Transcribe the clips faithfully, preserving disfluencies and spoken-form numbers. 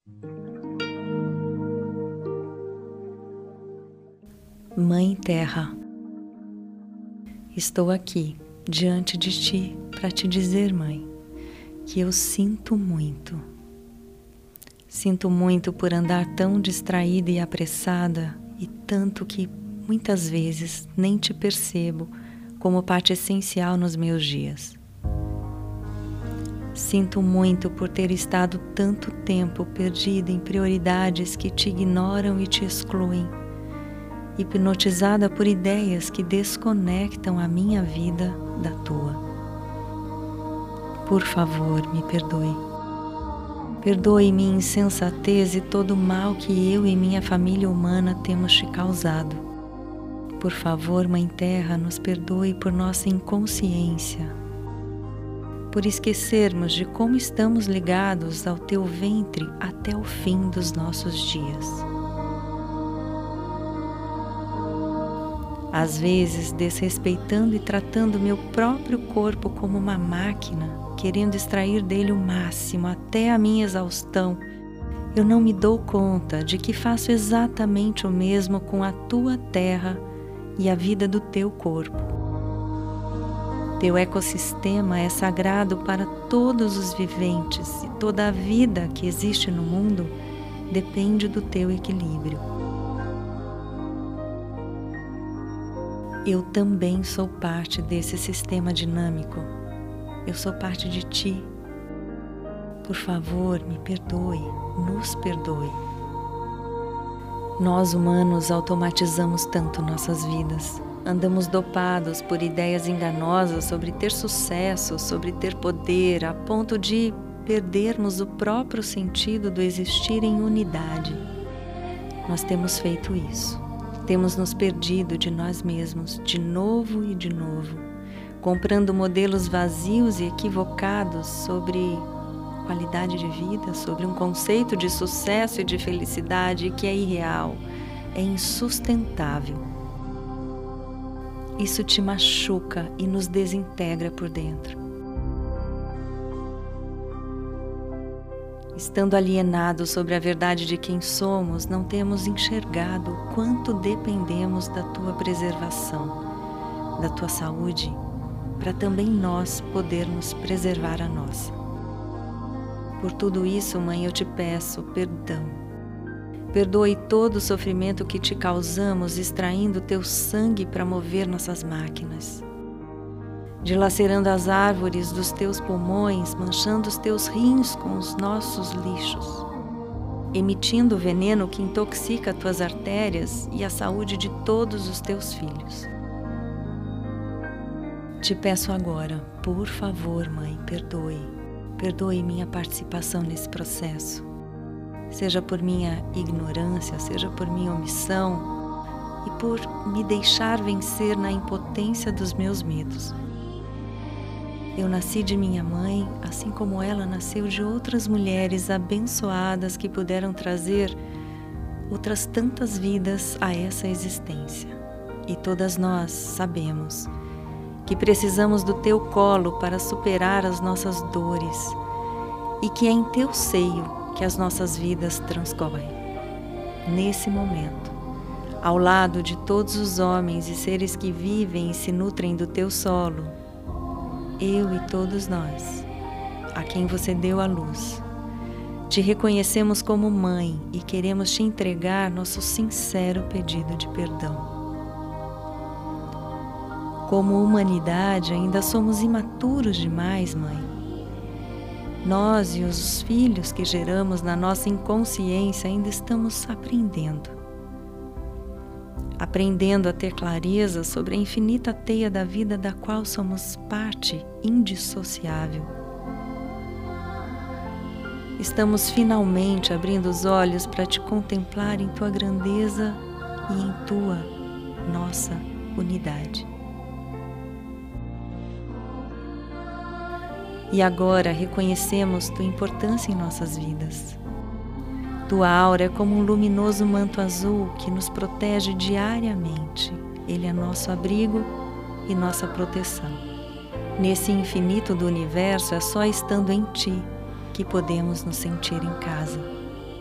Mãe Terra, estou aqui diante de ti para te dizer, mãe, que eu sinto muito. Sinto muito por andar tão distraída e apressada e tanto que muitas vezes nem te percebo como parte essencial nos meus dias. Sinto muito por ter estado tanto tempo perdida em prioridades que te ignoram e te excluem, hipnotizada por ideias que desconectam a minha vida da tua. Por favor, me perdoe. Perdoe minha insensatez e todo o mal que eu e minha família humana temos te causado. Por favor, Mãe Terra, nos perdoe por nossa inconsciência, por esquecermos de como estamos ligados ao teu ventre até o fim dos nossos dias. Às vezes, desrespeitando e tratando meu próprio corpo como uma máquina, querendo extrair dele o máximo até a minha exaustão, eu não me dou conta de que faço exatamente o mesmo com a tua terra e a vida do teu corpo. Teu ecossistema é sagrado para todos os viventes e toda a vida que existe no mundo depende do teu equilíbrio. Eu também sou parte desse sistema dinâmico. Eu sou parte de ti. Por favor, me perdoe, nos perdoe. Nós humanos automatizamos tanto nossas vidas. Andamos dopados por ideias enganosas sobre ter sucesso, sobre ter poder, a ponto de perdermos o próprio sentido do existir em unidade. Nós temos feito isso. Temos nos perdido de nós mesmos, de novo e de novo, comprando modelos vazios e equivocados sobre qualidade de vida, sobre um conceito de sucesso e de felicidade que é irreal, é insustentável. Isso te machuca e nos desintegra por dentro. Estando alienados sobre a verdade de quem somos, não temos enxergado o quanto dependemos da tua preservação, da tua saúde, para também nós podermos preservar a nossa. Por tudo isso, mãe, eu te peço perdão. Perdoe todo o sofrimento que te causamos extraindo teu sangue para mover nossas máquinas, dilacerando as árvores dos teus pulmões, manchando os teus rins com os nossos lixos, emitindo o veneno que intoxica tuas artérias e a saúde de todos os teus filhos. Te peço agora, por favor, mãe, perdoe. Perdoe minha participação nesse processo, seja por minha ignorância, seja por minha omissão e por me deixar vencer na impotência dos meus medos. Eu nasci de minha mãe, assim como ela nasceu de outras mulheres abençoadas que puderam trazer outras tantas vidas a essa existência. E todas nós sabemos que precisamos do teu colo para superar as nossas dores e que é em teu seio que as nossas vidas transcorrem. Nesse momento, ao lado de todos os homens e seres que vivem e se nutrem do teu solo, eu e todos nós, a quem você deu a luz, te reconhecemos como mãe e queremos te entregar nosso sincero pedido de perdão. Como humanidade, ainda somos imaturos demais, mãe. Nós e os filhos que geramos na nossa inconsciência ainda estamos aprendendo. Aprendendo a ter clareza sobre a infinita teia da vida da qual somos parte indissociável. Estamos finalmente abrindo os olhos para te contemplar em tua grandeza e em tua, nossa, unidade. E agora reconhecemos tua importância em nossas vidas. Tua aura é como um luminoso manto azul que nos protege diariamente. Ele é nosso abrigo e nossa proteção. Nesse infinito do universo, é só estando em ti que podemos nos sentir em casa.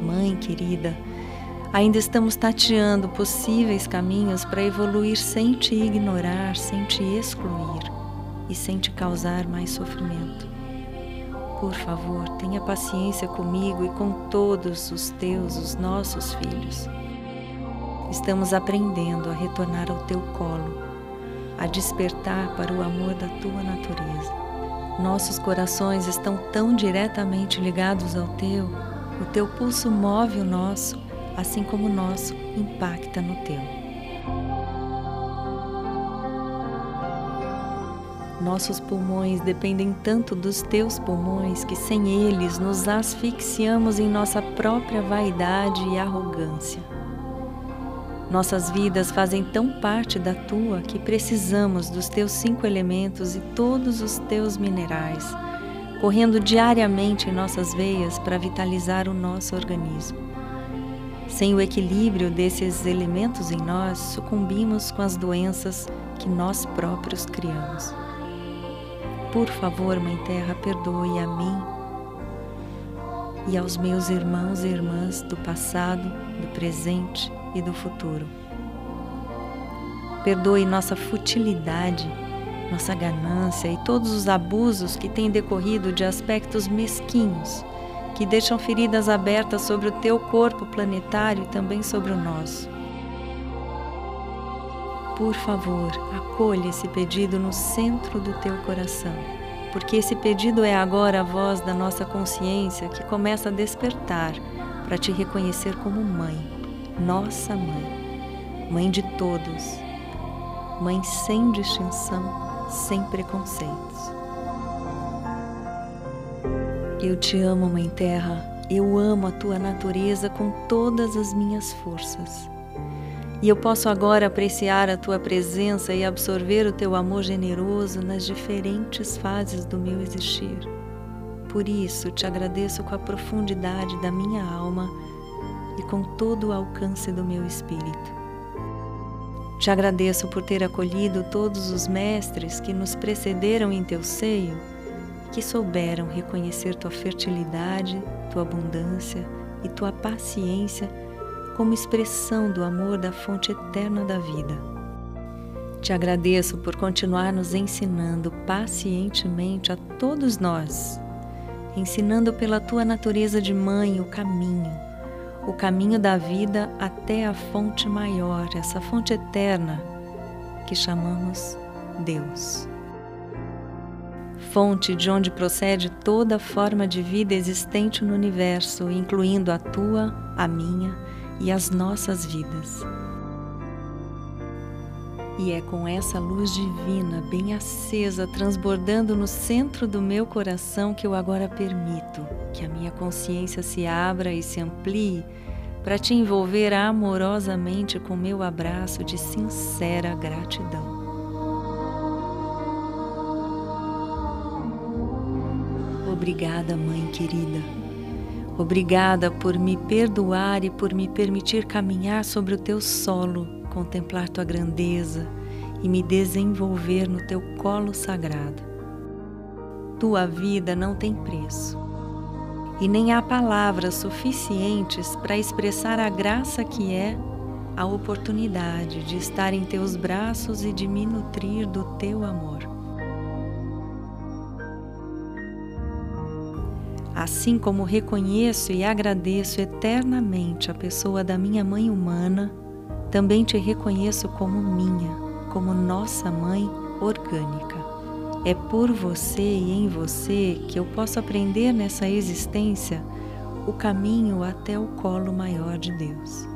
Mãe querida, ainda estamos tateando possíveis caminhos para evoluir sem te ignorar, sem te excluir e sem te causar mais sofrimento. Por favor, tenha paciência comigo e com todos os teus, os nossos filhos. Estamos aprendendo a retornar ao teu colo, a despertar para o amor da tua natureza. Nossos corações estão tão diretamente ligados ao teu, o teu pulso move o nosso, assim como o nosso impacta no teu. Nossos pulmões dependem tanto dos teus pulmões que sem eles nos asfixiamos em nossa própria vaidade e arrogância. Nossas vidas fazem tão parte da tua que precisamos dos teus cinco elementos e todos os teus minerais, correndo diariamente em nossas veias para vitalizar o nosso organismo. Sem o equilíbrio desses elementos em nós, sucumbimos com as doenças que nós próprios criamos. Por favor, Mãe Terra, perdoe a mim e aos meus irmãos e irmãs do passado, do presente e do futuro. Perdoe nossa futilidade, nossa ganância e todos os abusos que têm decorrido de aspectos mesquinhos, que deixam feridas abertas sobre o teu corpo planetário e também sobre o nosso. Por favor, acolha esse pedido no centro do teu coração, porque esse pedido é agora a voz da nossa consciência que começa a despertar para te reconhecer como mãe, nossa mãe, mãe de todos, mãe sem distinção, sem preconceitos. Eu te amo, Mãe Terra, eu amo a tua natureza com todas as minhas forças. E eu posso agora apreciar a tua presença e absorver o teu amor generoso nas diferentes fases do meu existir. Por isso, te agradeço com a profundidade da minha alma e com todo o alcance do meu espírito. Te agradeço por ter acolhido todos os mestres que nos precederam em teu seio, que souberam reconhecer tua fertilidade, tua abundância e tua paciência como expressão do amor da fonte eterna da vida. Te agradeço por continuar nos ensinando pacientemente a todos nós, ensinando pela tua natureza de mãe o caminho, o caminho da vida até a fonte maior, essa fonte eterna que chamamos Deus. Fonte de onde procede toda forma de vida existente no universo, incluindo a tua, a minha e as nossas vidas. E é com essa luz divina bem acesa, transbordando no centro do meu coração, que eu agora permito que a minha consciência se abra e se amplie para te envolver amorosamente com meu abraço de sincera gratidão. Obrigada, Mãe querida. Obrigada por me perdoar e por me permitir caminhar sobre o teu solo, contemplar tua grandeza e me desenvolver no teu colo sagrado. Tua vida não tem preço, e nem há palavras suficientes para expressar a graça que é a oportunidade de estar em teus braços e de me nutrir do teu amor. Assim como reconheço e agradeço eternamente a pessoa da minha mãe humana, também te reconheço como minha, como nossa mãe orgânica. É por você e em você que eu posso aprender nessa existência o caminho até o colo maior de Deus.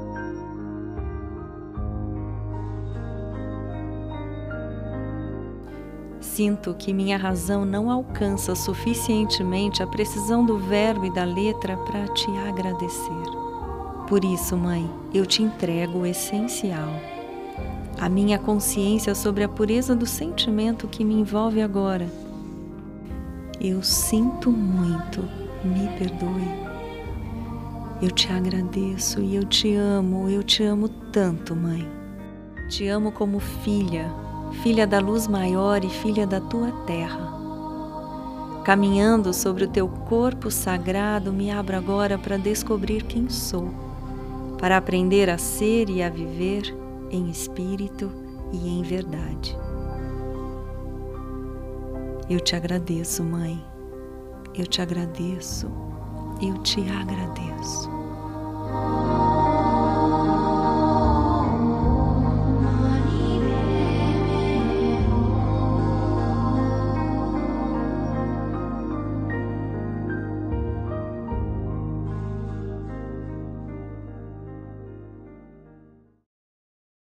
Sinto que minha razão não alcança suficientemente a precisão do verbo e da letra para te agradecer. Por isso, Mãe, eu te entrego o essencial, a minha consciência sobre a pureza do sentimento que me envolve agora. Eu sinto muito, me perdoe. Eu te agradeço e eu te amo, eu te amo tanto, Mãe. Te amo como filha, filha da luz maior e filha da tua terra. Caminhando sobre o teu corpo sagrado, me abro agora para descobrir quem sou, para aprender a ser e a viver em espírito e em verdade. Eu te agradeço, Mãe. Eu te agradeço. Eu te agradeço.